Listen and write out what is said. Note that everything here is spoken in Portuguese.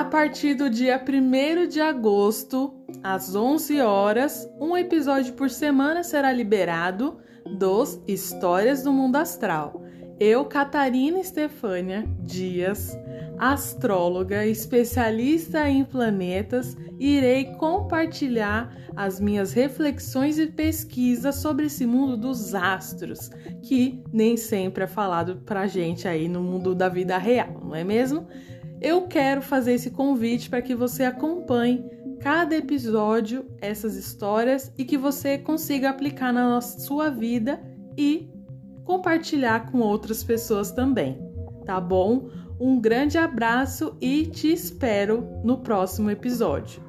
partir do dia 1º de agosto, às 11 horas, um episódio por semana será liberado dos Histórias do Mundo Astral. Eu, Catarina Estefânia Dias, astróloga, especialista em planetas, irei compartilhar as minhas reflexões e pesquisas sobre esse mundo dos astros, que nem sempre é falado pra gente aí no mundo da vida real, não é mesmo? Eu quero fazer esse convite para que você acompanhe cada episódio, essas histórias, e que você consiga aplicar na sua vida e compartilhar com outras pessoas também, tá bom? Um grande abraço e te espero no próximo episódio.